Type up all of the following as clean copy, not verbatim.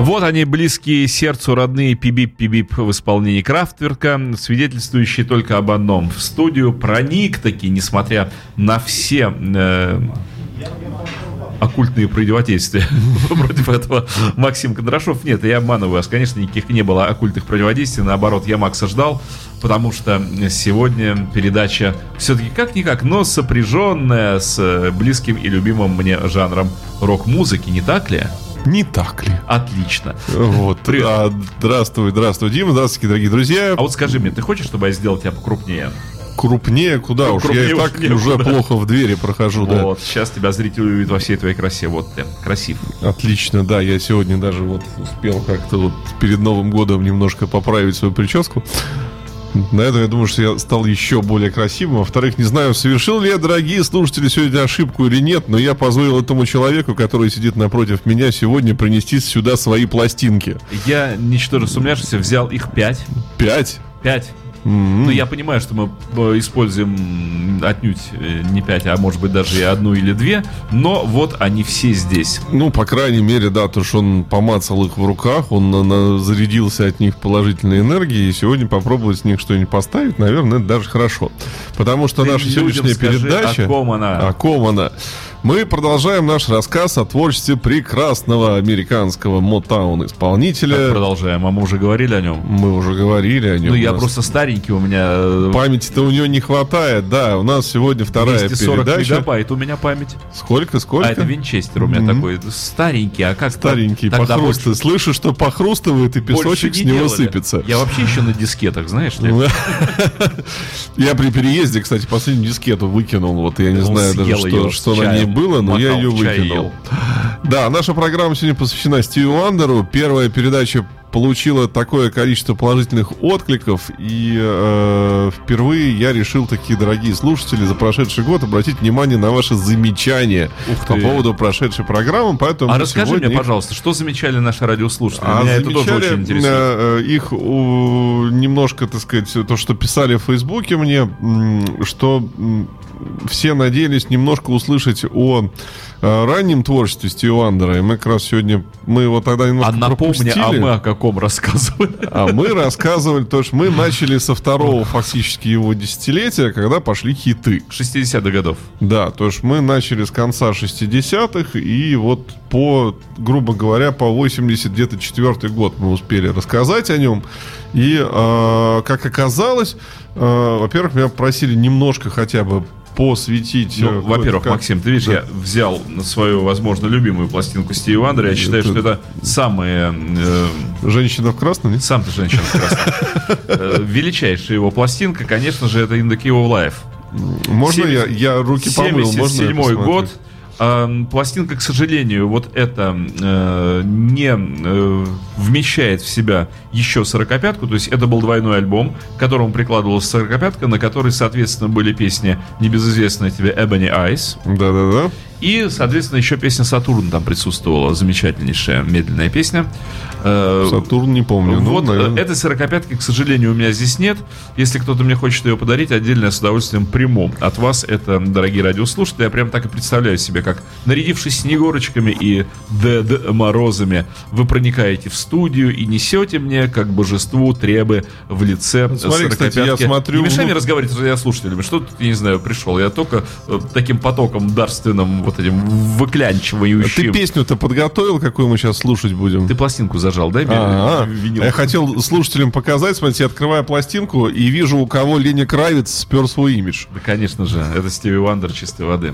Вот они, близкие сердцу, родные пибип-пибип в исполнении Крафтверка, свидетельствующие только об одном. В студию проник таки, несмотря на все оккультные противодействия против этого Максим Кондрашов. Нет, я обманываю вас. Конечно, никаких не было оккультных противодействий. Наоборот, я Макса ждал, потому что сегодня передача все-таки как-никак, но сопряженная с близким и любимым мне жанром рок-музыки, не так ли? Не так ли? Отлично. Вот. Здравствуй, Дима, здравствуйте, дорогие друзья. А вот скажи мне, ты хочешь, чтобы я сделал тебя покрупнее? Крупнее куда уж? Я и так уже плохо в двери прохожу. Вот, да. Сейчас тебя зритель увидит во всей твоей красе. Вот ты, красив. Отлично, да. Я сегодня даже вот успел как-то вот перед Новым годом немножко поправить свою прическу. На этом я думаю, что я стал еще более красивым. Во-вторых, не знаю, совершил ли я, дорогие слушатели, сегодня ошибку или нет, но я позволил этому человеку, который сидит напротив меня, сегодня принести сюда свои пластинки. Я, ничтоже сумняшися, взял их 5. 5? 5. Ну, я понимаю, что мы используем отнюдь не 5, а может быть даже и 1 или 2, но вот они все здесь. Ну, по крайней мере, да, то, что он помацал их в руках, он зарядился от них положительной энергией, и сегодня попробовать с них что-нибудь поставить, наверное, это даже хорошо. Потому что наша сегодняшняя передача... О ком она? Мы продолжаем наш рассказ о творчестве прекрасного американского Motown-исполнителя. Так, продолжаем, а мы уже говорили о нем? Мы уже говорили о нем. Ну, я просто старенький, у меня... Памяти-то у него не хватает, да. У нас сегодня вторая 240 передача. мегабайт у меня память. Сколько? А это Винчестер у меня такой. Старенький, а как? Старенький, похрустывает. Больше... Слышу, что похрустывает, и песочек с него сыпется. Я вообще еще на дискетах, знаешь ли? Я при переезде, кстати, последнюю дискету выкинул. Вот я не знаю даже, что на ней было, но я ее выкинул. Да, наша программа сегодня посвящена Стиву Вандеру. Первая передача получила такое количество положительных откликов, и впервые я решил, такие дорогие слушатели, за прошедший год обратить внимание на ваши замечания по поводу прошедшей программы. Поэтому расскажи мне, пожалуйста, что замечали наши радиослушатели? Меня это тоже очень интересует. Их немножко, так сказать, то, что писали в Фейсбуке мне, что все надеялись немножко услышать о раннем творчестве Стива Вандера. И мы как раз сегодня, мы его тогда немножко пропустили. А мы о каком рассказывали? А мы рассказывали, то что мы начали со второго фактически его десятилетия, когда пошли хиты. 60-х годов. Да, то есть мы начали с конца 60-х, и вот по, грубо говоря, по 80 где-то 4-й год мы успели рассказать о нем. И, как оказалось, во-первых, меня просили немножко хотя бы посвятить... Ну, во-первых, Максим, ты видишь, да. Я взял свою, возможно, любимую пластинку Стива Вандера. Я считаю, что это самая... «Женщина в красном», нет? Сам ты «Женщина в красном». Величайшая его пластинка, конечно же, это «In the Key of Life». Можно я руки помыл? 77-й год. Пластинка, к сожалению, вот это не вмещает в себя еще 45-ку. То есть это был двойной альбом, к которому прикладывалась 45-ка, на которой, соответственно, были песни небезызвестные тебе «Ebony Eyes». Да-да-да. И, соответственно, еще песня «Сатурн» там присутствовала. Замечательнейшая медленная песня. «Сатурн» не помню. Вот этой 45-ки, к сожалению, у меня здесь нет. Если кто-то мне хочет ее подарить, отдельно с удовольствием приму от вас это, дорогие радиослушатели. Я прям так и представляю себе, как, нарядившись снегурочками и Дед Морозами, вы проникаете в студию и несете мне, как божеству, требы в лице. Смотри, кстати, я смотрю... Не мешай мне разговаривать с радиослушателями. Что тут, я не знаю, пришел. Я только таким потоком дарственным, вот этим выклянчивающим. Ты песню-то подготовил, какую мы сейчас слушать будем? Ты пластинку зажал, дай мне винил. Я хотел слушателям показать, смотрите, я открываю пластинку и вижу, у кого Леня Кравиц спер свой имидж. Да, конечно же, это Стиви Вандер чистой воды.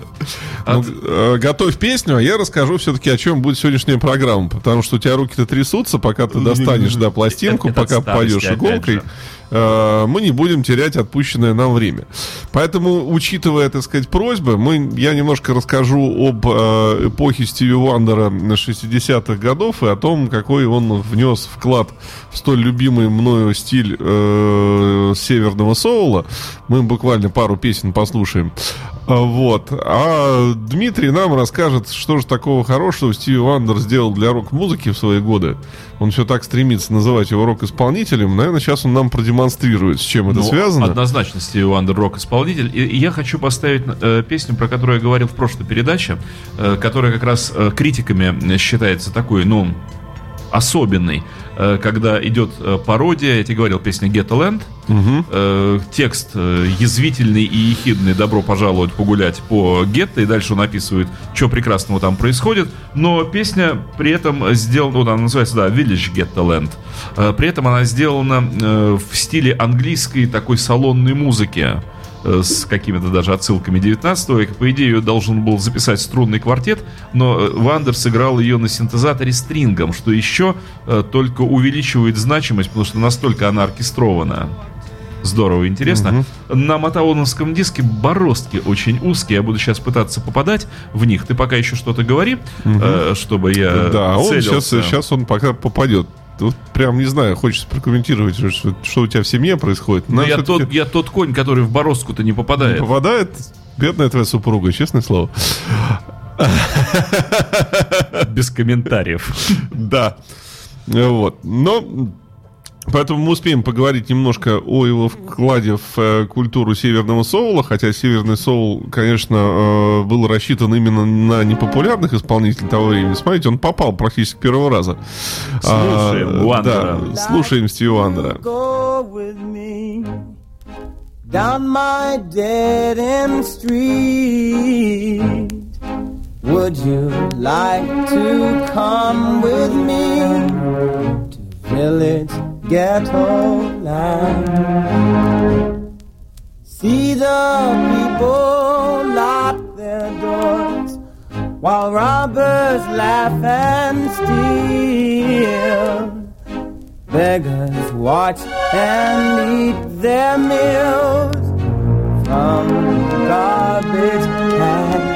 Готовь песню, а я расскажу все-таки, о чем будет сегодняшняя программа. Потому что у тебя руки-то трясутся, пока ты достанешь пластинку, пока пойдешь иголкой. Мы не будем терять отпущенное нам время. Поэтому, учитывая, так сказать, просьбы, я немножко расскажу об эпохе Стиви Вандера 60-х годов и о том, какой он внес вклад в столь любимый мною стиль северного соула. Мы буквально пару песен послушаем. Вот. А Дмитрий нам расскажет, что же такого хорошего Стиви Вандер сделал для рок-музыки в свои годы. Он все так стремится называть его рок-исполнителем. Наверное, сейчас он нам продемонстрирует, с чем это связано. Однозначно Стиви Вандер рок-исполнитель. И я хочу поставить песню, про которую я говорил в прошлой передаче, которая как раз критиками считается такой, особенный, когда идет пародия, я тебе говорил, песня Get a Land, текст язвительный и ехидный, добро пожаловать погулять по гетто, и дальше он описывает, что прекрасного там происходит, но песня при этом сделана, вот она называется, да, Village Get a Land, при этом она сделана в стиле английской такой салонной музыки, с какими-то даже отсылками 19 века. По идее, ее должен был записать струнный квартет, но Вандер сыграл ее на синтезаторе стрингом, что еще только увеличивает значимость, потому что настолько она оркестрована. Здорово и интересно. На мотовоновском диске бороздки очень узкие. Я буду сейчас пытаться попадать в них. Ты пока еще что-то говори, чтобы я целился. Сейчас он пока попадет. Вот прям, не знаю, хочется прокомментировать, что у тебя в семье происходит. Но я тот конь, который в бороздку-то не попадает. Не попадает? Бедная твоя супруга, честное слово. Без комментариев. Да. Вот. Но... Поэтому мы успеем поговорить немножко о его вкладе в культуру северного соула, хотя северный соул, конечно, был рассчитан именно на непопулярных исполнителей того времени. Смотрите, он попал практически с первого раза. Слушаем Уандера. Да, слушаем Стиви Уандера. Down my dead end street, would you like to come with me to village ghetto land? See the people lock their doors while robbers laugh and steal. Beggars watch and eat their meals from garbage cans.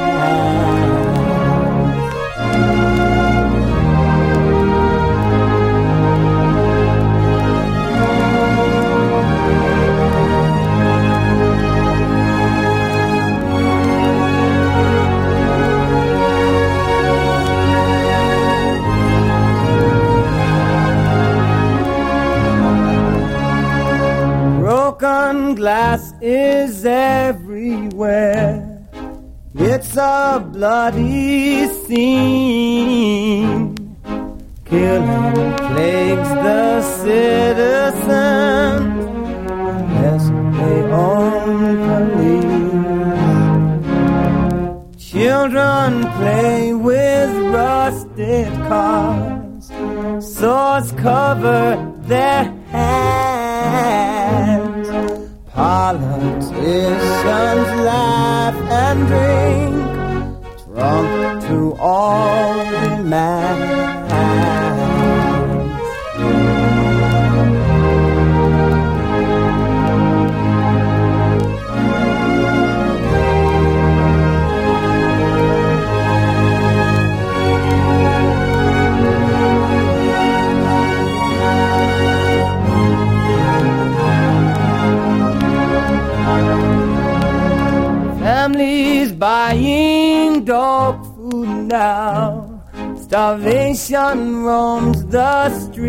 Broken glass is everywhere. It's a bloody scene. Killing plagues the citizens unless they own police. Children play with rusted cars. Swords cover their hands. Politicians laugh and drink, drunk to all demands. Families buying dog food now. Starvation roams the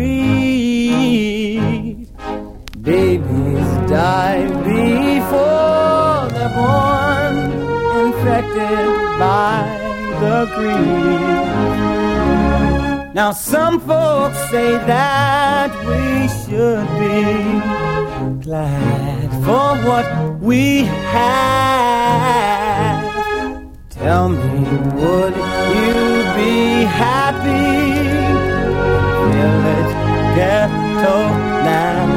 street. Babies die before they're born, infected by the greed. Now some folks say that we should be glad for what we have. Tell me, would you be happy? Village ghetto land.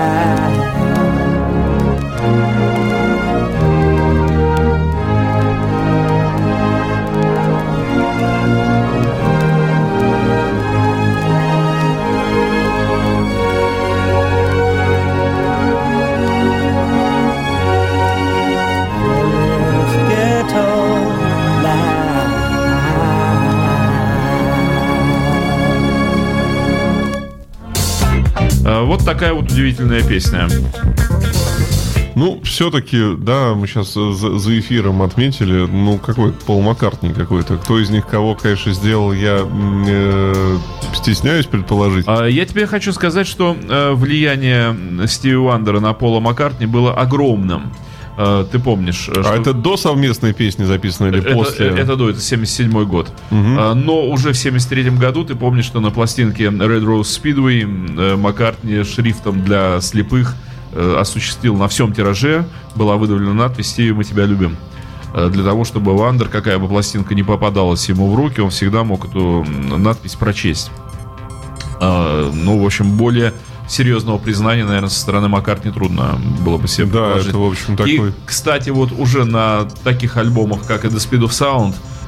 Вот такая вот удивительная песня. Ну, все-таки, да, мы сейчас за эфиром отметили, ну, какой Пол Маккартни какой-то. Кто из них кого, конечно, сделал, я стесняюсь предположить. Я тебе хочу сказать, что влияние Стиви Уандера на Пола Маккартни было огромным. Ты помнишь. А это до совместной песни записано или после? Это до, это 77-й год. Но уже в 73-м году ты помнишь, что на пластинке Red Rose Speedway Маккартни шрифтом для слепых осуществил на всем тираже, была выдавлена надпись «Стиви, мы тебя любим». Для того, чтобы Вандер, какая бы пластинка не попадалась ему в руки, он всегда мог эту надпись прочесть. Ну, в общем, более серьезного признания, наверное, со стороны Маккартни трудно было бы себе предложить. Да, это, в общем, такой... И, кстати, вот уже на таких альбомах, как и The Speed of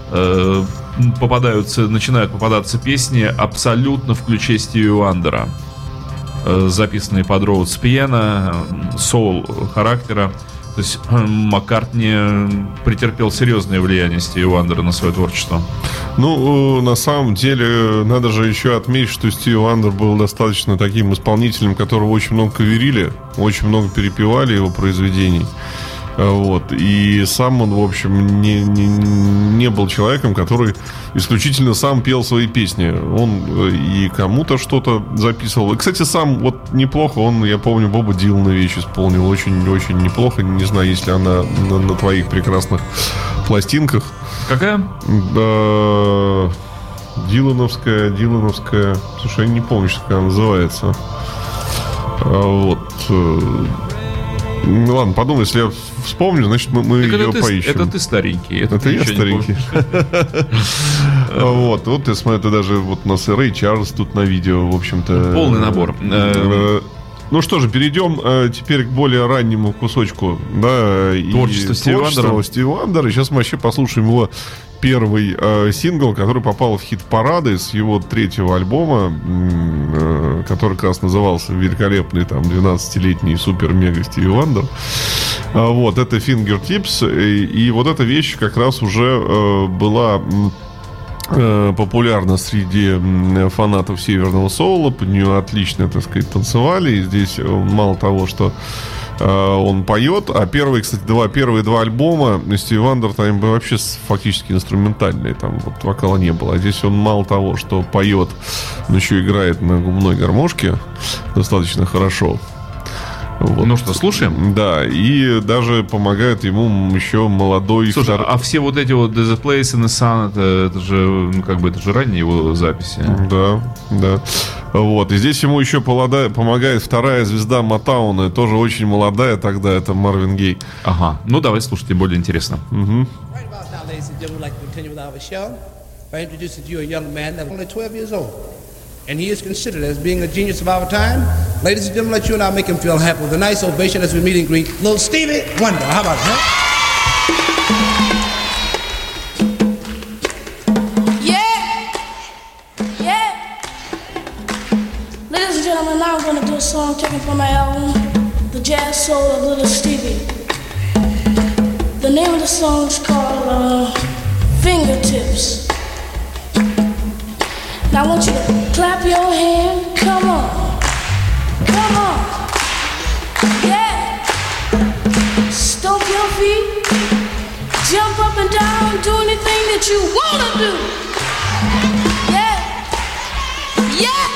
Sound, начинают попадаться песни абсолютно в ключе Стиви Вандера, записанные под Роудс пиано, соул характера. То есть Маккартни претерпел серьезное влияние Стиви Вандера на свое творчество. Ну, на самом деле, надо же еще отметить, что Стиви Вандер был достаточно таким исполнителем, которого очень много каверили, очень много перепевали его произведений. Вот. И сам он, в общем, не был человеком, который исключительно сам пел свои песни. Он и кому-то что-то записывал. И, кстати, сам вот неплохо, я помню, Боба Дилана вещь исполнил очень-очень неплохо. Не знаю, есть ли она на твоих прекрасных пластинках. Какая? Дилановская. Слушай, я не помню, как она называется. Вот. Ну ладно, подумай, если я вспомню, значит мы ее поищем. Это ты старенький. Это я старенький. Вот, ты смотри, это даже вот у нас и Рэй Чарльз тут на видео, в общем-то. Полный набор. Ну что же, перейдем теперь к более раннему кусочку, да, творчество Стиви Вандера. Сейчас мы вообще послушаем его первый сингл, который попал в хит-парады с его третьего альбома, который как раз назывался великолепный, там, 12-летний супер-мега Стиви Вандер. Вот, это Fingertips, и вот эта вещь как раз уже была популярна среди фанатов северного соула, под нее отлично, так сказать, танцевали, и здесь мало того, что он поет, а первые два альбома Стиви Вандер там вообще фактически инструментальные, там вот вокала не было, а здесь он мало того, что поет, но еще играет на губной гармошке достаточно хорошо. Вот. Ну что, слушаем? Да, и даже помогает ему еще молодой... Слушай, а все вот эти вот There's a Place in the Sun, это же, ну, как бы, это же ранние его записи. Да. Вот, и здесь ему еще помогает вторая звезда Мотауна, тоже очень молодая тогда, это Марвин Гей. Ага, ну давай слушайте, более интересно. And he is considered as being a genius of our time. Ladies and gentlemen, let you and I make him feel happy with a nice ovation as we meet and greet little Stevie Wonder. How about that? Yeah. Ladies and gentlemen, now I'm going to do a song taken from my album, The Jazz Soul of Little Stevie. The name of the song is called Fingertips. Now I want you to clap your hand, come on, yeah, stomp your feet, jump up and down, do anything that you wanna do, yeah.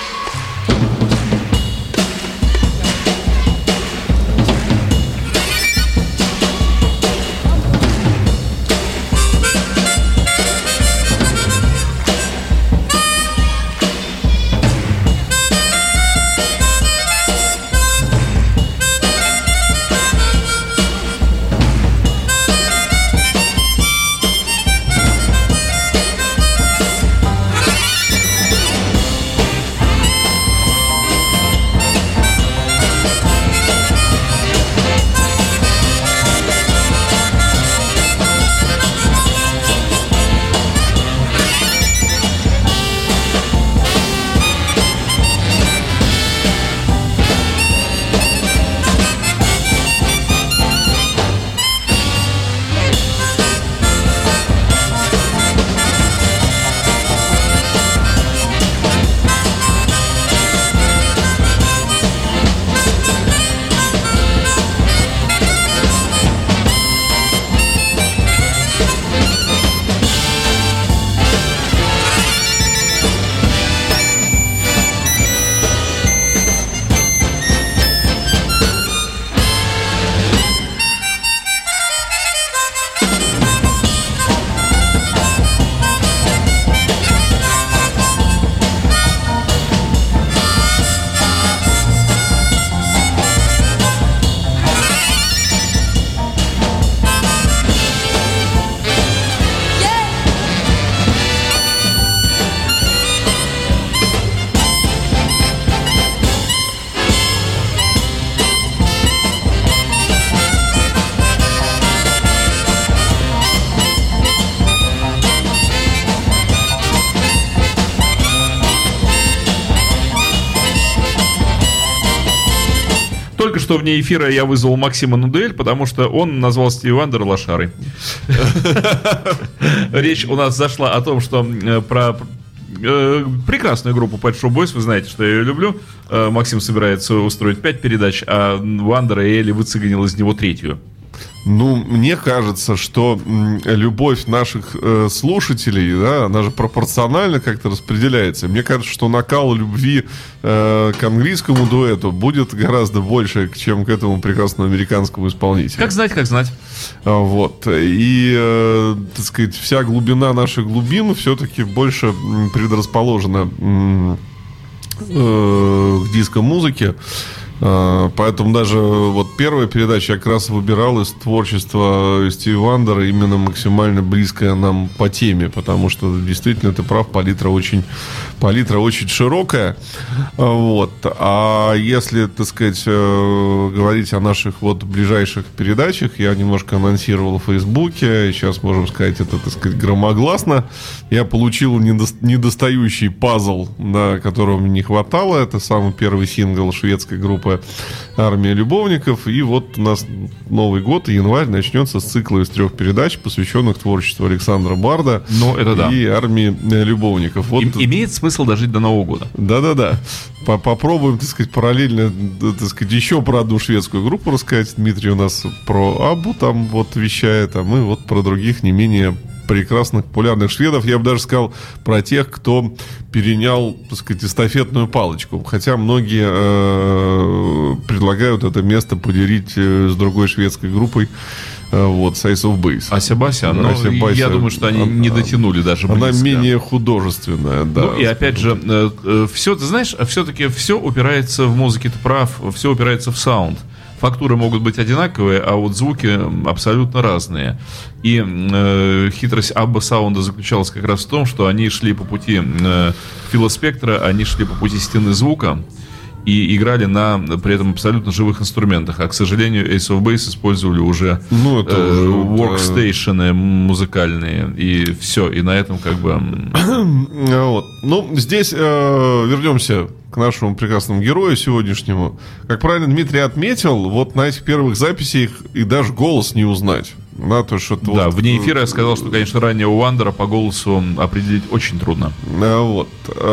только что вне эфира я вызвал Максима на дуэль, потому что он назвал Стиви Вандера лошарой. Речь у нас зашла о том, что про прекрасную группу Pet Shop Boys, вы знаете, что я ее люблю. Максим собирается устроить 5 передач, а Вандера и Элли выцегонил из него 3-ю. Ну, мне кажется, что любовь наших слушателей, да, она же пропорционально как-то распределяется. Мне кажется, что накал любви к английскому дуэту будет гораздо больше, чем к этому прекрасному американскому исполнителю. Как знать, как знать. Вот. И, так сказать, вся глубина наших глубин все-таки больше предрасположена к диско-музыке. Поэтому даже вот первая передача я как раз выбирал из творчества Стиви Вандера именно максимально близкое нам по теме, потому что действительно ты прав, палитра очень широкая. Вот. А если, так сказать, говорить о наших вот ближайших передачах, я немножко анонсировал в Фейсбуке, сейчас можем сказать это, так сказать, громогласно. Я получил недостающий пазл, да, которого мне не хватало. Это самый первый сингл шведской группы «Армия любовников». И вот у нас Новый год, и январь начнется с цикла из 3 передач, посвященных творчеству Александра Барда и «Армии любовников». Вот. Имеет смысл дожить до Нового года. Да-да-да. Попробуем, так сказать, параллельно, так сказать, еще про одну шведскую группу рассказать. Дмитрий у нас про Аббу там вот вещает, а мы вот про других не менее прекрасных, популярных шведов. Я бы даже сказал про тех, кто перенял, так сказать, эстафетную палочку. Хотя многие предлагают это место поделить с другой шведской группой, вот, Ace of Base. Ася-Бася, но я думаю, что они не дотянули даже близко. Она менее художественная, да. Ну, и опять же, все, ты знаешь, все-таки все упирается в музыке, ты прав, все упирается в саунд. Фактуры могут быть одинаковые, а вот звуки абсолютно разные. И хитрость Абба саунда заключалась как раз в том, что они шли по пути Фила Спектора, они шли по пути стены звука и играли на при этом абсолютно живых инструментах. А, к сожалению, Ace of Base использовали уже воркстейшены музыкальные. И все. И на этом как бы... Вот. Ну, здесь вернемся к нашему прекрасному герою сегодняшнему. Как правильно Дмитрий отметил, вот на этих первых записях и даже голос не узнать. Да, то, что да, вот, вне эфира я сказал, что, конечно, ранее у Вандера по голосу определить очень трудно. Вот.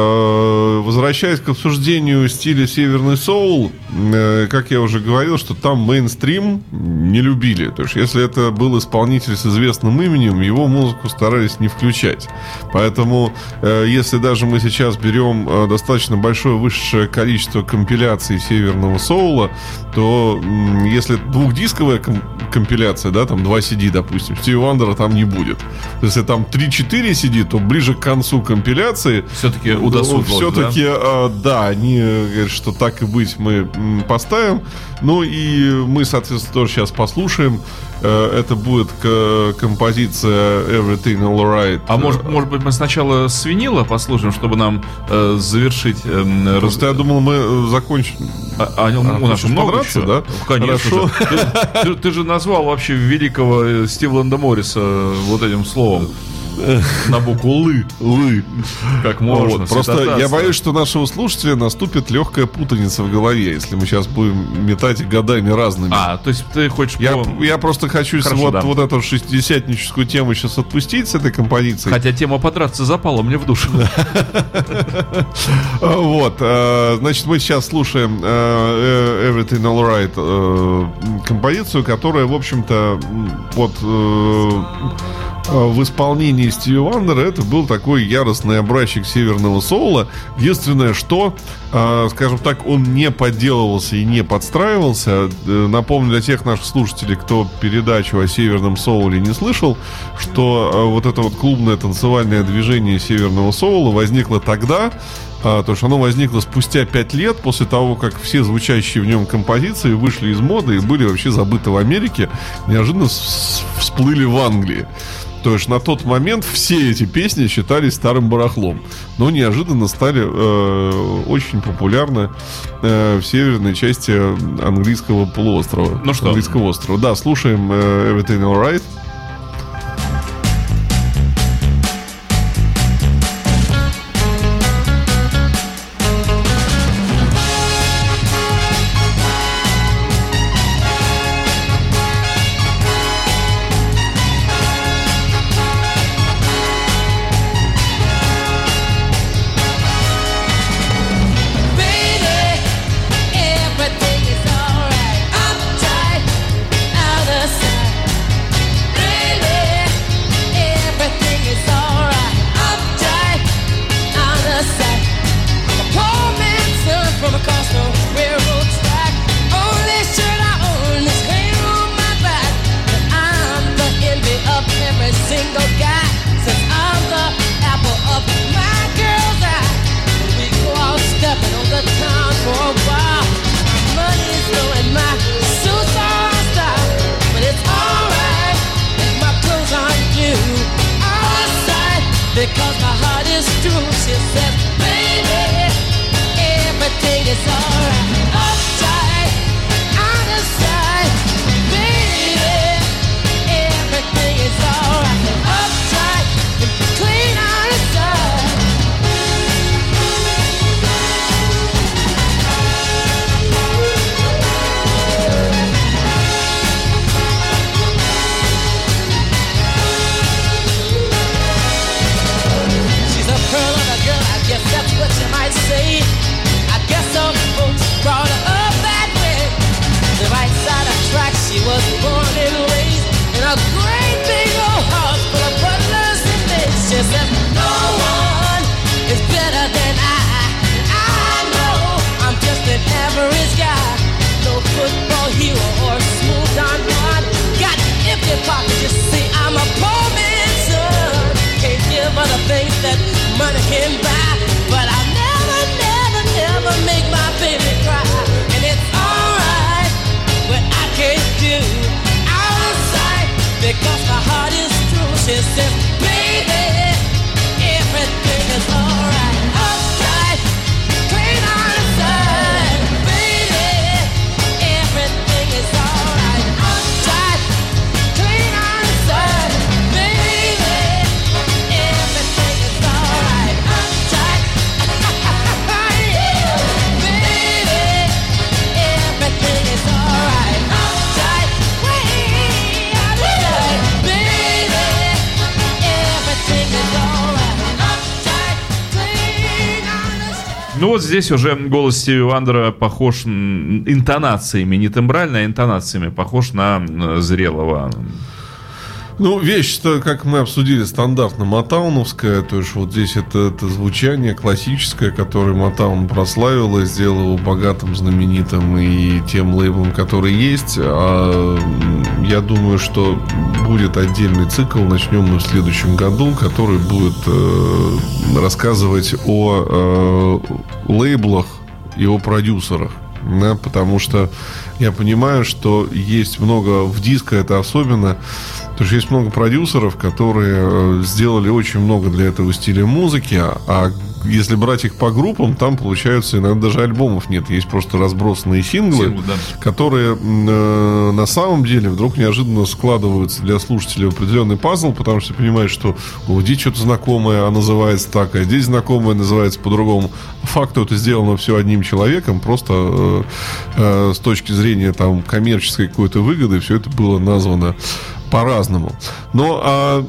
Возвращаясь к обсуждению стиля северный соул, как я уже говорил, что там мейнстрим не любили. То есть, если это был исполнитель с известным именем, его музыку старались не включать. Поэтому, если даже мы сейчас берем достаточно большое высшее количество компиляций северного соула, то если двухдисковая компиляция, да, там 2 CD, допустим, Стиви Вандера там не будет. Если там 3-4 CD, то ближе к концу компиляции все-таки удосужилось, все-таки, да, они говорят, что так и быть мы поставим. Ну и мы, соответственно, тоже сейчас послушаем. Это будет композиция Everything Alright. А может быть, мы сначала с винила послушаем, чтобы нам завершить... Просто я думал, мы закончим. У нас много чего, да? Конечно. Ты же назвал вообще великого Стивленда Морриса вот этим словом. На букву «лы». Как можно. Вот. Просто я боюсь, что нашего слушателя наступит легкая путаница в голове, если мы сейчас будем метать годами разными. То есть ты хочешь... Я просто хочу вот эту шестидесятническую тему сейчас отпустить с этой композицией. Хотя тема подраться запала мне в душу. Вот. Значит, мы сейчас слушаем Everything Alright, композицию, которая, в общем-то, вот... в исполнении Стиви Вандера это был такой яростный образчик северного соула. Единственное, что, скажем так, он не подделывался и не подстраивался. Напомню для тех наших слушателей, кто передачу о северном соуле не слышал, что вот это вот клубное танцевальное движение северного соула возникло тогда, то есть оно возникло спустя 5 лет после того, как все звучащие в нем композиции вышли из моды и были вообще забыты в Америке, неожиданно всплыли в Англии. То есть на тот момент все эти песни считались старым барахлом, но неожиданно стали очень популярны в северной части английского полуострова. Ну что? Английского острова. Да, слушаем Everything Alright. because my heart is true. She says, baby, everything is alright. Upside, out of sight, baby, everything is alright. Upside, and clean out of sight. She's a pearl of a girl, I guess that's what you might say. I guess some folks brought her up that way. The right side of tracks, she was born and raised in a great big old house full of butlers and maids. She says, no one is better than I know I'm just an average guy. No football hero or smooth Don Juan. Got empty pockets, you see, I'm a poor man's son. Can't give her the things that money can buy, but I'll never make my baby cry. And it's alright what I can't do out of sight, because my heart is true. She says, baby, everything is alright. Upside, clean out of sight, baby, everything is alright. Upside, clean out of sight, baby, everything is alright. Upside, yeah, baby, everything is alright. Upside, way out of sight, baby, everything is alright. Upside, clean out of sight. Ну вот здесь уже голос Стиви Вандера похож интонациями, не тембрально, а интонациями, похож на зрелого. Ну, вещь-то, как мы обсудили, стандартно мотауновская. То есть вот здесь это звучание классическое, которое Мотаун прославило, сделало его богатым, знаменитым и тем лейблом, который есть. А я думаю, что будет отдельный цикл, начнем мы в следующем году, который будет рассказывать о лейблах и о продюсерах. Да, потому что я понимаю, что есть много в диско, это особенно, потому что есть много продюсеров, которые сделали очень много для этого стиля музыки, а если брать их по группам, там получается иногда даже альбомов нет, есть просто разбросанные синглы, Да. которые на самом деле вдруг неожиданно складываются для слушателей в определенный пазл, потому что понимаешь, что здесь что-то знакомое, а называется так, а здесь знакомое называется по-другому. По факту это сделано все одним человеком, просто с точки зрения там коммерческой какой-то выгоды все это было названо по-разному. Но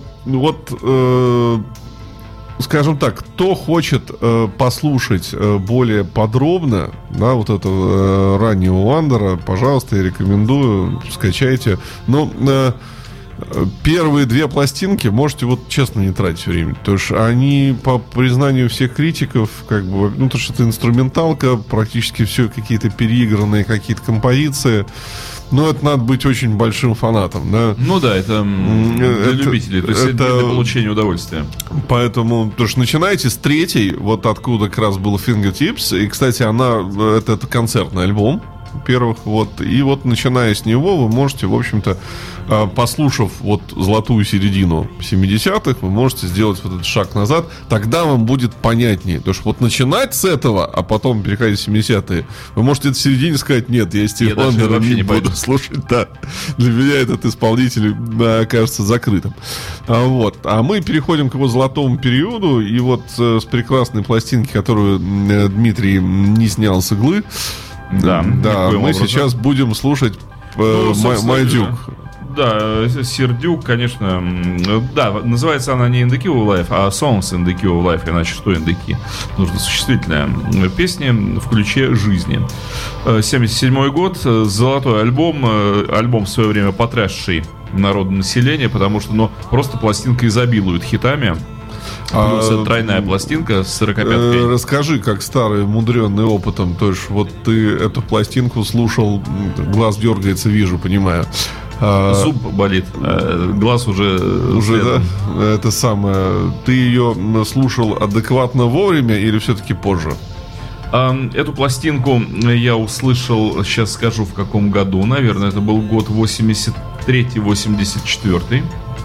скажем так, кто хочет послушать более подробно, да, вот этого раннего Вандера, пожалуйста, я рекомендую, скачайте. Но первые две пластинки можете вот честно не тратить время, потому что они, по признанию всех критиков, как бы, ну, то, что это инструменталка, практически все какие-то переигранные какие-то композиции. Но это надо быть очень большим фанатом, да? Ну да, это для любителей, то есть это для получения удовольствия. Поэтому, потому что начинайте с третьей, вот откуда как раз был Fingertips. И, кстати, это концертный альбом, во-первых, вот. И вот начиная с него вы можете, в общем-то, послушав вот золотую середину 70-х, вы можете сделать вот этот шаг назад. Тогда вам будет понятнее. Потому что вот начинать с этого, а потом переходить в 70-е, вы можете в середине сказать: нет, я Стиви Вандера не буду слушать. Да. Для меня этот исполнитель окажется закрытым. А мы переходим к его золотому периоду. И вот с прекрасной пластинки, которую Дмитрий не снял с иглы, да, мы сейчас будем слушать «Майдюк». Да, Сердюк, конечно. Да, называется она не In the Key of Life, а Songs in the Key of Life. Иначе что In the Key? Нужно существительное. Песни в ключе жизни. 77-й год. Золотой альбом. Альбом в свое время потрясший народное население, потому что просто пластинка изобилует хитами. Плюс это тройная пластинка с 45-кой. Расскажи, как старый, мудренный опытом. То есть вот ты эту пластинку слушал, глаз дергается, вижу, понимаю. Зуб болит, глаз уже да, это самое. Ты ее слушал адекватно вовремя или все-таки позже? Эту пластинку я услышал, сейчас скажу в каком году. Наверное, это был год 83-84.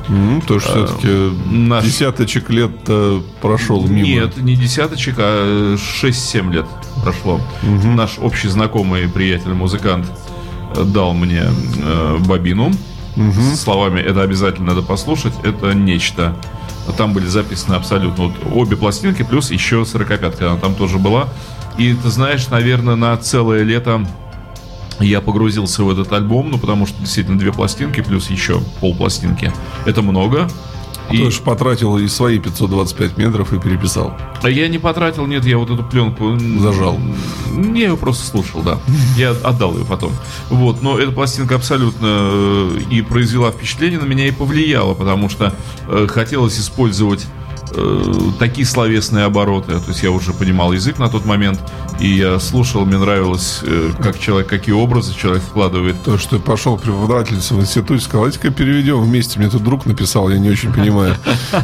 То есть все-таки десяточек лет прошел мимо. Нет, не десяточек, а 6-7 лет прошло. Наш общий знакомый приятель-музыкант дал мне бобину с словами: это обязательно надо послушать, это нечто. Там были записаны абсолютно обе пластинки, плюс еще 45-ка, она там тоже была. И ты знаешь, наверное, на целое лето я погрузился в этот альбом, потому что действительно 2 пластинки плюс еще полпластинки. Это много. То есть потратил и свои 525 метров и переписал. А я не потратил, нет, я вот эту пленку зажал. Я ее просто слушал, да. Я отдал ее потом. Вот, но эта пластинка абсолютно и произвела впечатление на меня, и повлияла, потому что хотелось использовать такие словесные обороты. То есть я уже понимал язык на тот момент, и я слушал, мне нравилось, как человек, какие образы человек вкладывает. То, что пошел преподавательница в институте, сказал: давайте-ка переведем вместе. Мне тут друг написал, я не очень понимаю.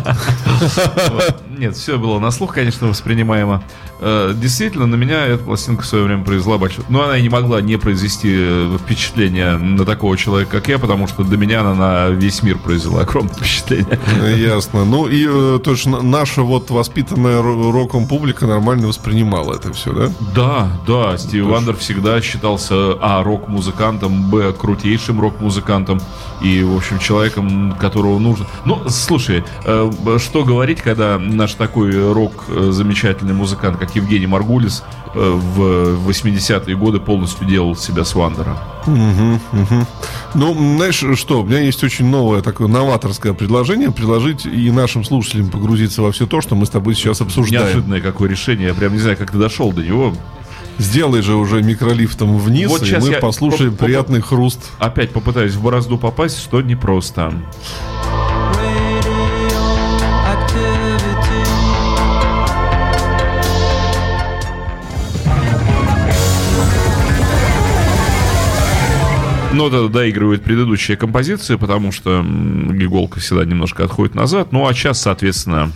Нет, все было на слух, конечно, воспринимаемо. Действительно, на меня эта пластинка в свое время произвела большое... Но она и не могла не произвести впечатление на такого человека, как я, потому что до меня она на весь мир произвела огромное впечатление. Ясно. Ну и то есть наша вот воспитанная роком публика нормально воспринимала это все, да? Да. Стиви Вандер всегда считался рок-музыкантом, крутейшим рок-музыкантом и, в общем, человеком, которого нужно... Ну, слушай, что говорить, когда наш такой рок-замечательный музыкант, как Евгений Маргулис, в 80-е годы полностью делал себя с Вандера. Ну, знаешь что, у меня есть очень новое такое новаторское предложение: предложить и нашим слушателям погрузиться во все то, что мы с тобой сейчас обсуждаем. Неожиданное какое решение, я прям не знаю, как ты дошел до него. Сделай же уже микролифтом вниз, вот и мы послушаем приятный хруст. Опять попытаюсь в борозду попасть, что непросто. Но это доигрывает предыдущие композиции, потому что иголка всегда немножко отходит назад. Ну а сейчас, соответственно...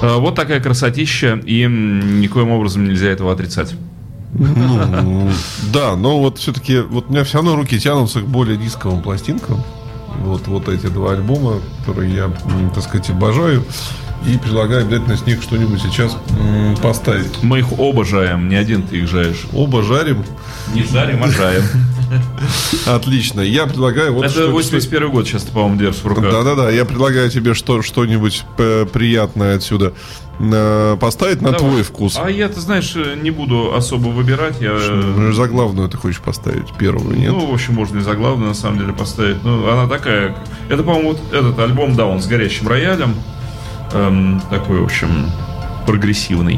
Вот такая красотища, и никоим образом нельзя этого отрицать. Ну, да, но вот все-таки вот у меня все равно руки тянутся к более дисковым пластинкам. Вот эти два альбома, которые я, так сказать, обожаю. И предлагаю обязательно с них что-нибудь сейчас поставить. Мы их оба жарим, не один ты их жаришь. Оба жарим. Не жарим, а жарим. Отлично. Я предлагаю... Вот это 81 год сейчас ты, по-моему, держишь в руках. Да-да-да. Я предлагаю тебе что-нибудь приятное отсюда поставить на твой вкус. А я, ты знаешь, не буду особо выбирать. Заглавную ты хочешь поставить, первую, нет? Ну, в общем, можно и заглавную, на самом деле, поставить. Ну, она такая... Это, по-моему, вот этот альбом, да, он с горящим роялем. Такой, в общем, прогрессивный.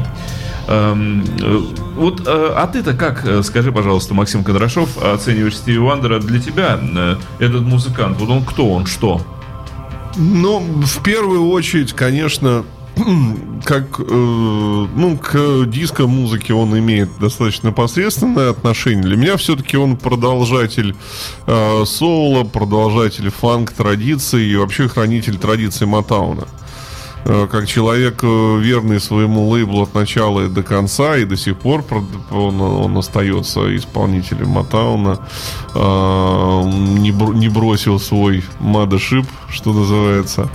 Вот, а ты-то как, скажи, пожалуйста, Максим Кондрашов, оцениваешь Стиви Вандера? Для тебя этот музыкант, вот он кто, он что? Ну, в первую очередь, конечно, как, к диско-музыке он имеет достаточно посредственное отношение. Для меня все-таки он продолжатель соула, продолжатель фанк-традиций и вообще хранитель традиций Мотауна. Как человек, верный своему лейблу от начала и до конца, и до сих пор он остается исполнителем Мотауна, не бросил свой mothership, что называется.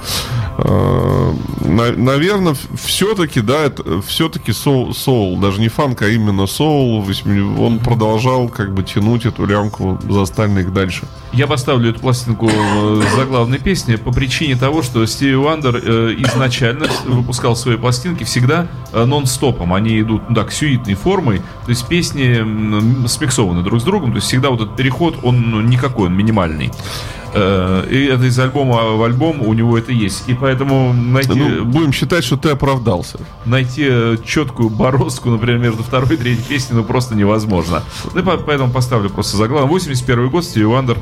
Наверное, все-таки, да, это все-таки соул, даже не фанк, а именно соул. Он продолжал как бы тянуть эту лямку за остальных дальше. Я поставлю эту пластинку заглавной песни по причине того, что Стиви Вандер изначально выпускал свои пластинки всегда нон-стопом. Они идут, так, сюитной формой. То есть песни смиксованы друг с другом. То есть всегда вот этот переход, он никакой, он минимальный. И это из альбома в альбом у него это есть. И поэтому найти... будем считать, что ты оправдался. Найти четкую бороздку, например, между второй и третьей песней, просто невозможно. Ну и поэтому поставлю просто заглавным. 81 год, Стиви Вандер.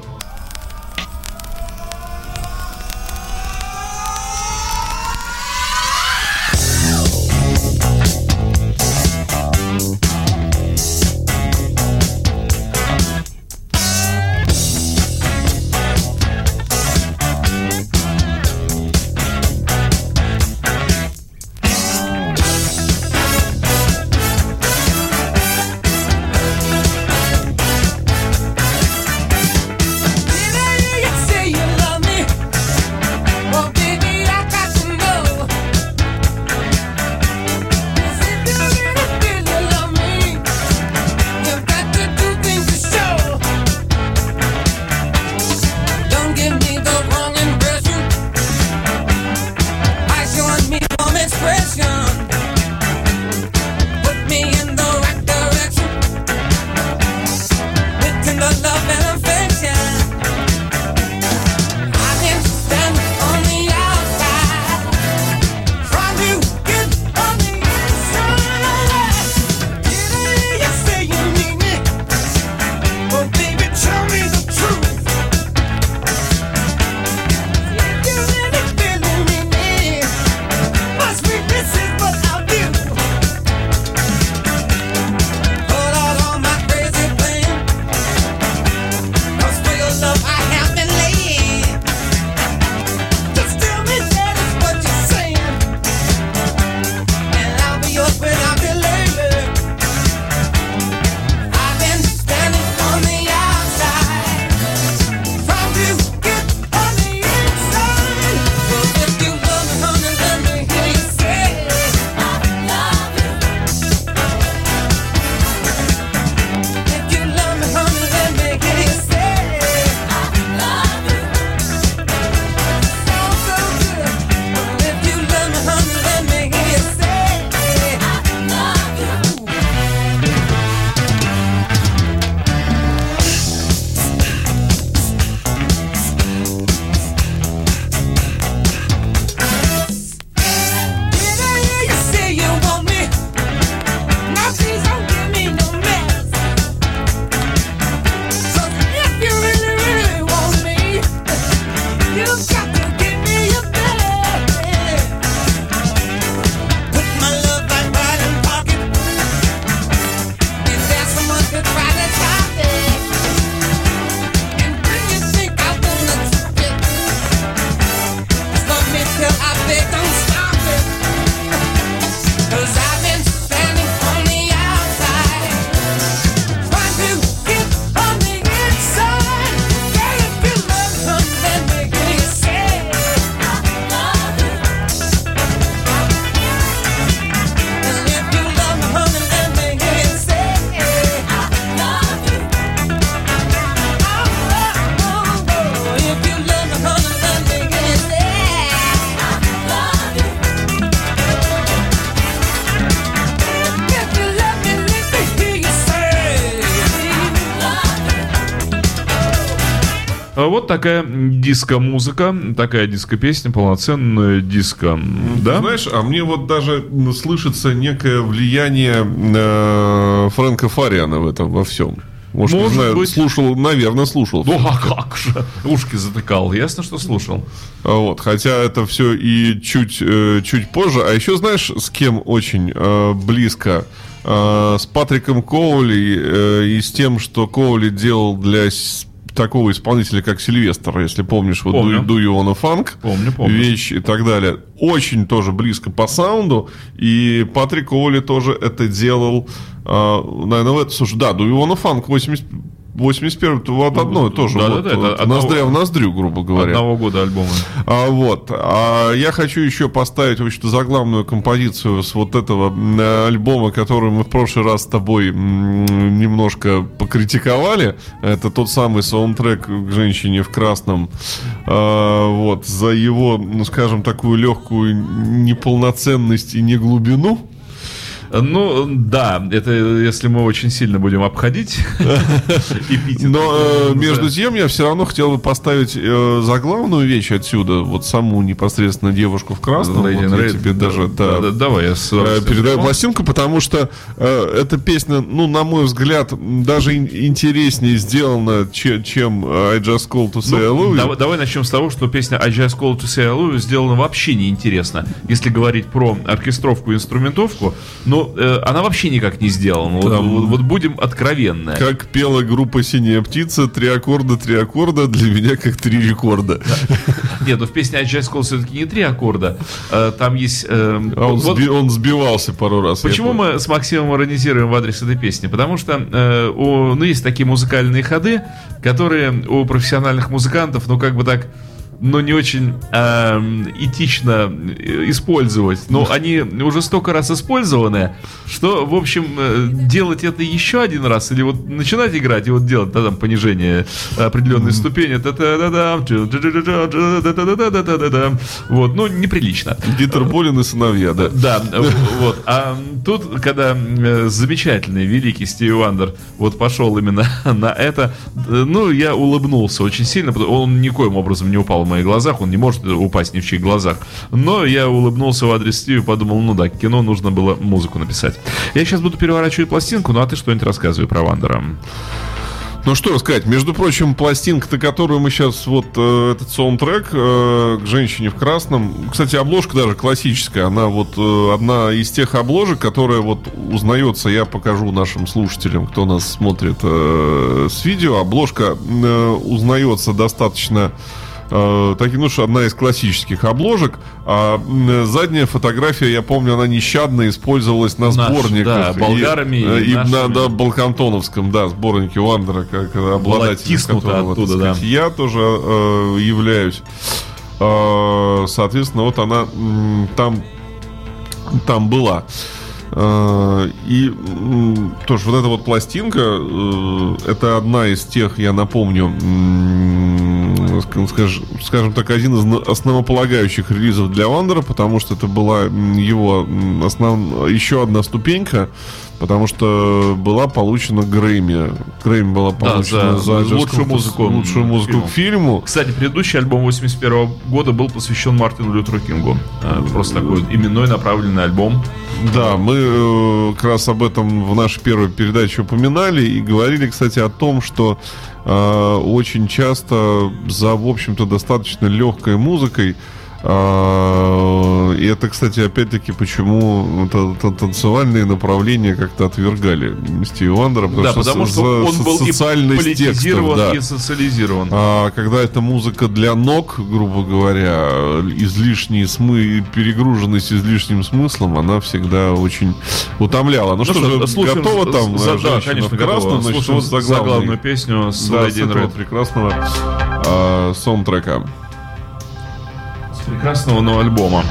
Вот такая диско-музыка, такая диско-песня, полноценная диско. Да? Знаешь, а мне вот даже слышится некое влияние Фрэнка Фариана в этом во всем. Может не знаю, быть. Наверное, слушал. Ну, а как же? Ушки затыкал. Ясно, что слушал. Вот, хотя это все и чуть позже. А еще знаешь, с кем очень близко? С Патриком Коули и с тем, что Коули делал для такого исполнителя, как Сильвестр, если помнишь, вот Do You Wanna Funk, помню. Вещь и так далее. Очень тоже близко по саунду. И Патрик Коули тоже это делал. Наверное, в это, слушай, да, Do You Wanna Funk 81-й, вот одно и то же. Это ноздря в ноздрю, грубо говоря. Одного года альбома. Я хочу еще поставить, в общем-то, заглавную композицию с вот этого альбома, который мы в прошлый раз с тобой немножко покритиковали. Это тот самый саундтрек к «Женщине в красном». Вот, за его, ну, скажем, такую легкую неполноценность и неглубину. Ну, да, это если мы очень сильно будем обходить и пить. Но между тем я все равно хотел бы поставить заглавную вещь отсюда, вот саму непосредственно девушку в красном. Вот я тебе даже давай я передаю пластинку, потому что эта песня, ну, на мой взгляд, даже интереснее сделана, чем I Just Called to Say I Love You. Давай начнем с того, что песня I Just Called to Say I Love You сделана вообще неинтересно. Если говорить про оркестровку и инструментовку, но она вообще никак не сделана. Вот будем откровенны. Как пела группа «Синяя птица», 3 аккорда, для меня как 3 рекорда. Нет, но в песне I Just Called все-таки не 3 аккорда. Там есть... Он сбивался пару раз. Почему мы с Максимом иронизируем в адрес этой песни? Потому что есть такие музыкальные ходы, которые у профессиональных музыкантов, ну, как бы так... но не очень этично использовать. Но они уже столько раз использованы, что, в общем, делать это еще один раз, или вот начинать играть и вот делать там понижение определенной ступени, вот, ну, неприлично. Дитер Болин и сыновья, да. Да, вот. А тут, когда замечательный, великий Стиви Вандер вот пошел именно на это, ну, я улыбнулся очень сильно, он никоим образом не упал в моих глазах, он не может упасть ни в чьих глазах. Но я улыбнулся в адрес Стиви и подумал, ну да, к кино нужно было музыку написать. Я сейчас буду переворачивать пластинку, ну а ты что-нибудь рассказывай про Вандера. Ну что рассказать, между прочим, пластинка-то, которую мы сейчас, вот этот саундтрек к «Женщине в красном», кстати, обложка даже классическая, она вот одна из тех обложек, которая вот узнается, я покажу нашим слушателям, кто нас смотрит с видео, обложка узнается достаточно... что одна из классических обложек. А задняя фотография, я помню, она нещадно использовалась на сборниках. Да, болгарами и на Балкантоновском, да, сборнике Вандера, как обладатель которого, оттуда, так сказать, я тоже являюсь. Соответственно, вот она там была. И тоже вот эта вот пластинка, это одна из тех, я напомню, скажем так, один из основополагающих релизов для Вандера, потому что это была его еще одна ступенька, потому что была получена Грэмми. Грэмми была получена за лучшую музыку к фильму. Кстати, предыдущий альбом 81 года был посвящен Мартину Лютеру Кингу. Просто такой именной направленный альбом. Да, мы как раз об этом в нашей первой передаче упоминали и говорили, кстати, о том, что очень часто за, в общем-то, достаточно легкой музыкой, и это, кстати, опять-таки, почему танцевальные направления как-то отвергали Стиви Вандера, потому что он был и политизирован, да, и социализирован. А когда это музыка для ног, грубо говоря, излишний перегруженность излишним смыслом, она всегда очень утомляла. Ну что же, готово там? Да, конечно, готово. Слушаем заглавную песню с Lady in Red. Прекрасного саундтрека. Прекрасного нового альбома.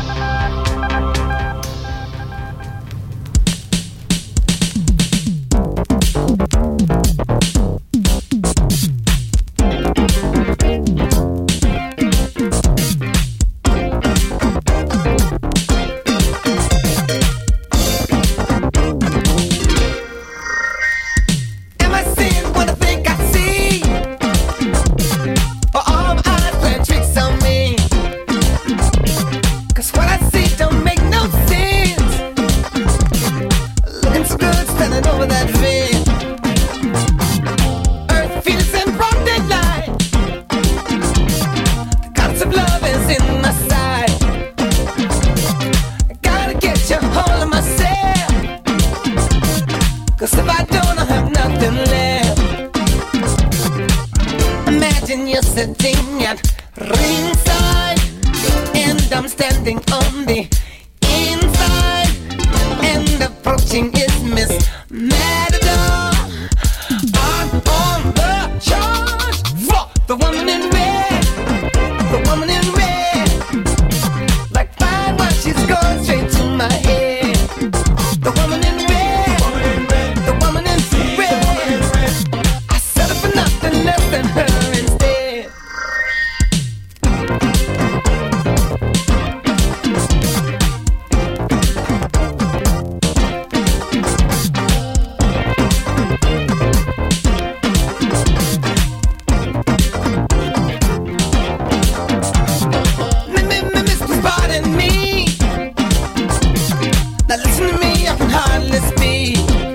you're sitting at ringside, and I'm standing on the inside, and approaching is Miss Matador. I'm on the charge for the woman in red, the woman in red. Like fine wine, she's going straight to my head. The woman in red, the woman in red. I settle for nothing less than her instead. Mr. Pardon me. Now listen to me, I can hardly speak.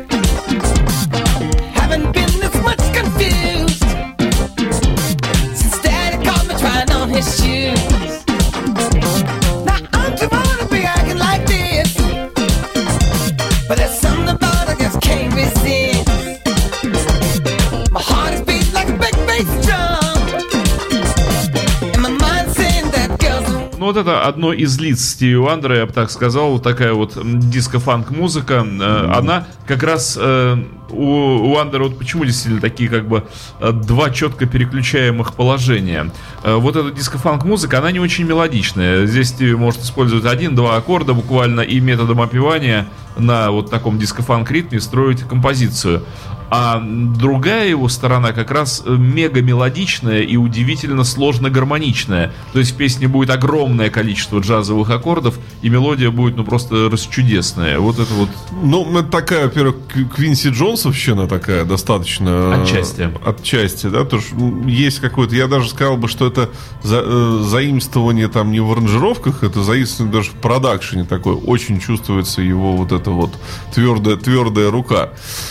Haven't been this much confused since Daddy caught me trying on his shoes. Now I'm too old to be acting like this, but there's something about it I just can't resist. My heart is beating like a big bass drum, and my mind saying that girl's a Ну, вот это одно из лиц Стиви Уандера, я бы так сказал, вот такая вот диско-фанк-музыка. Она как раз у Уандера, вот почему действительно такие как бы два четко переключаемых положения. Вот эта диско-фанк-музыка, она не очень мелодичная. Здесь Стиви может использовать 1-2 аккорда буквально и методом опевания на вот таком диско-фанк-ритме строить композицию. А другая его сторона как раз мега мелодичная и удивительно сложно гармоничная. То есть в песне будет огромное количество джазовых аккордов, и мелодия будет ну просто расчудесная. Вот это вот. Ну, это такая, во-первых, Квинси Джонсовщина такая достаточно. Отчасти, да. Потому что есть какое-то, я даже сказал бы, что это заимствование там не в аранжировках, это заимствование даже в продакшене такое. Очень чувствуется его вот эта вот твердая рука.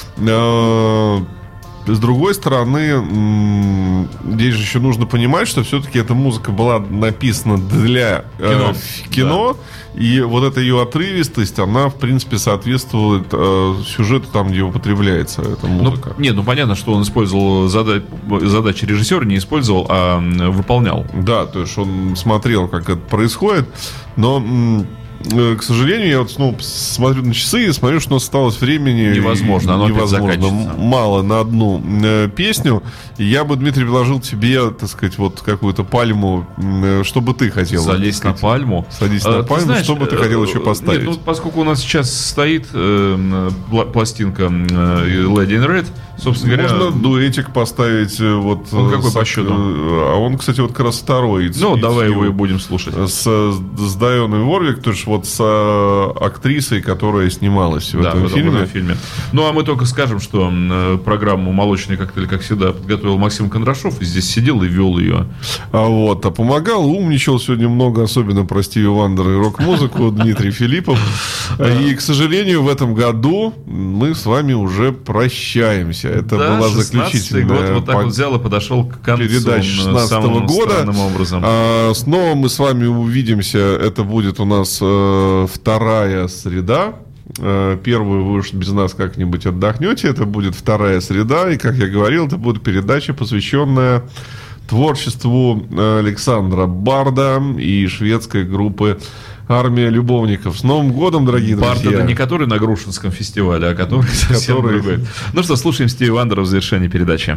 С другой стороны, здесь же еще нужно понимать, что все-таки эта музыка была написана для кино, да. И вот эта ее отрывистость, она, в принципе, соответствует сюжету там, где употребляется эта музыка. Ну понятно, что он использовал задачи режиссера, не использовал, а выполнял. Да, то есть он смотрел, как это происходит, но... К сожалению, я вот снова смотрю на часы и смотрю, что осталось времени невозможно мало на одну песню. И я бы, Дмитрий, предложил тебе, так сказать, вот какую-то пальму, что бы ты хотел. Залезть на пальму. Садись на пальму, знаешь, что бы ты хотел еще поставить? Нет, ну, поскольку у нас сейчас стоит пластинка Lady in Red, собственно говоря... Можно дуэтик поставить. Вот, он какой по счету? А он, кстати, вот как раз второй. Ну, давай его и будем слушать. С Дайоной Уорвик, то есть вот с актрисой, которая снималась в этом фильме. Ну, а мы только скажем, что программу «Молочный коктейль», как всегда, подготовил Максим Кондрашов, и здесь сидел и вел ее. А помогал, умничал сегодня много, особенно про Стиви Уандера и рок-музыку, Дмитрий Филиппов. И, к сожалению, в этом году мы с вами уже прощаемся. Это была заключительная год вот так вот взял и подошел к концу передачи 16 года. Образом. Снова мы с вами увидимся. Это будет у нас вторая среда. Первую вы уж без нас как-нибудь отдохнете. Это будет вторая среда. И, как я говорил, это будет передача, посвященная творчеству Александра Барда и шведской группы «Армия любовников». С Новым годом, дорогие друзья! Бард — это не который на Грушинском фестивале, а который совсем другой. Ну что, слушаем Стиви Уандера в завершении передачи.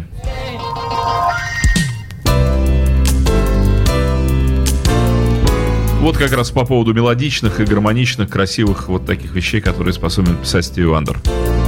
Вот как раз по поводу мелодичных и гармоничных, красивых вот таких вещей, которые способен писать Стиви Уандер.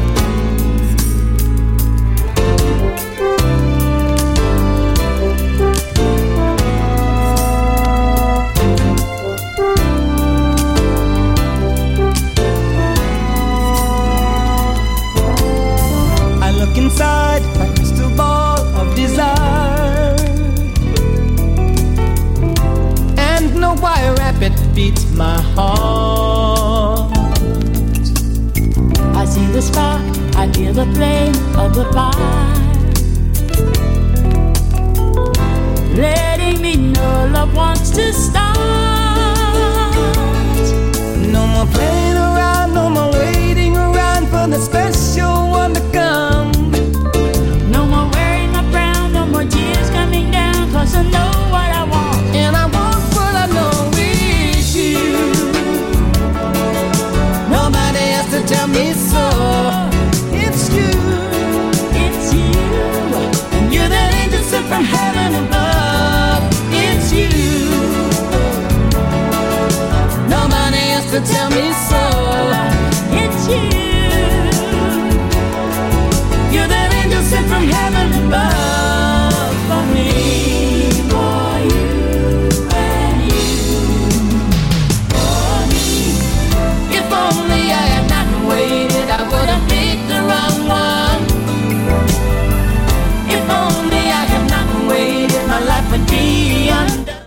Beats my heart. I see the spark, I hear the flame of the fire, letting me know love wants to start. No more playing around, no more waiting around for the special one to come. No more wearing a frown, no more tears coming down, 'cause to tell me so. It's you. You're that angel sent from heaven.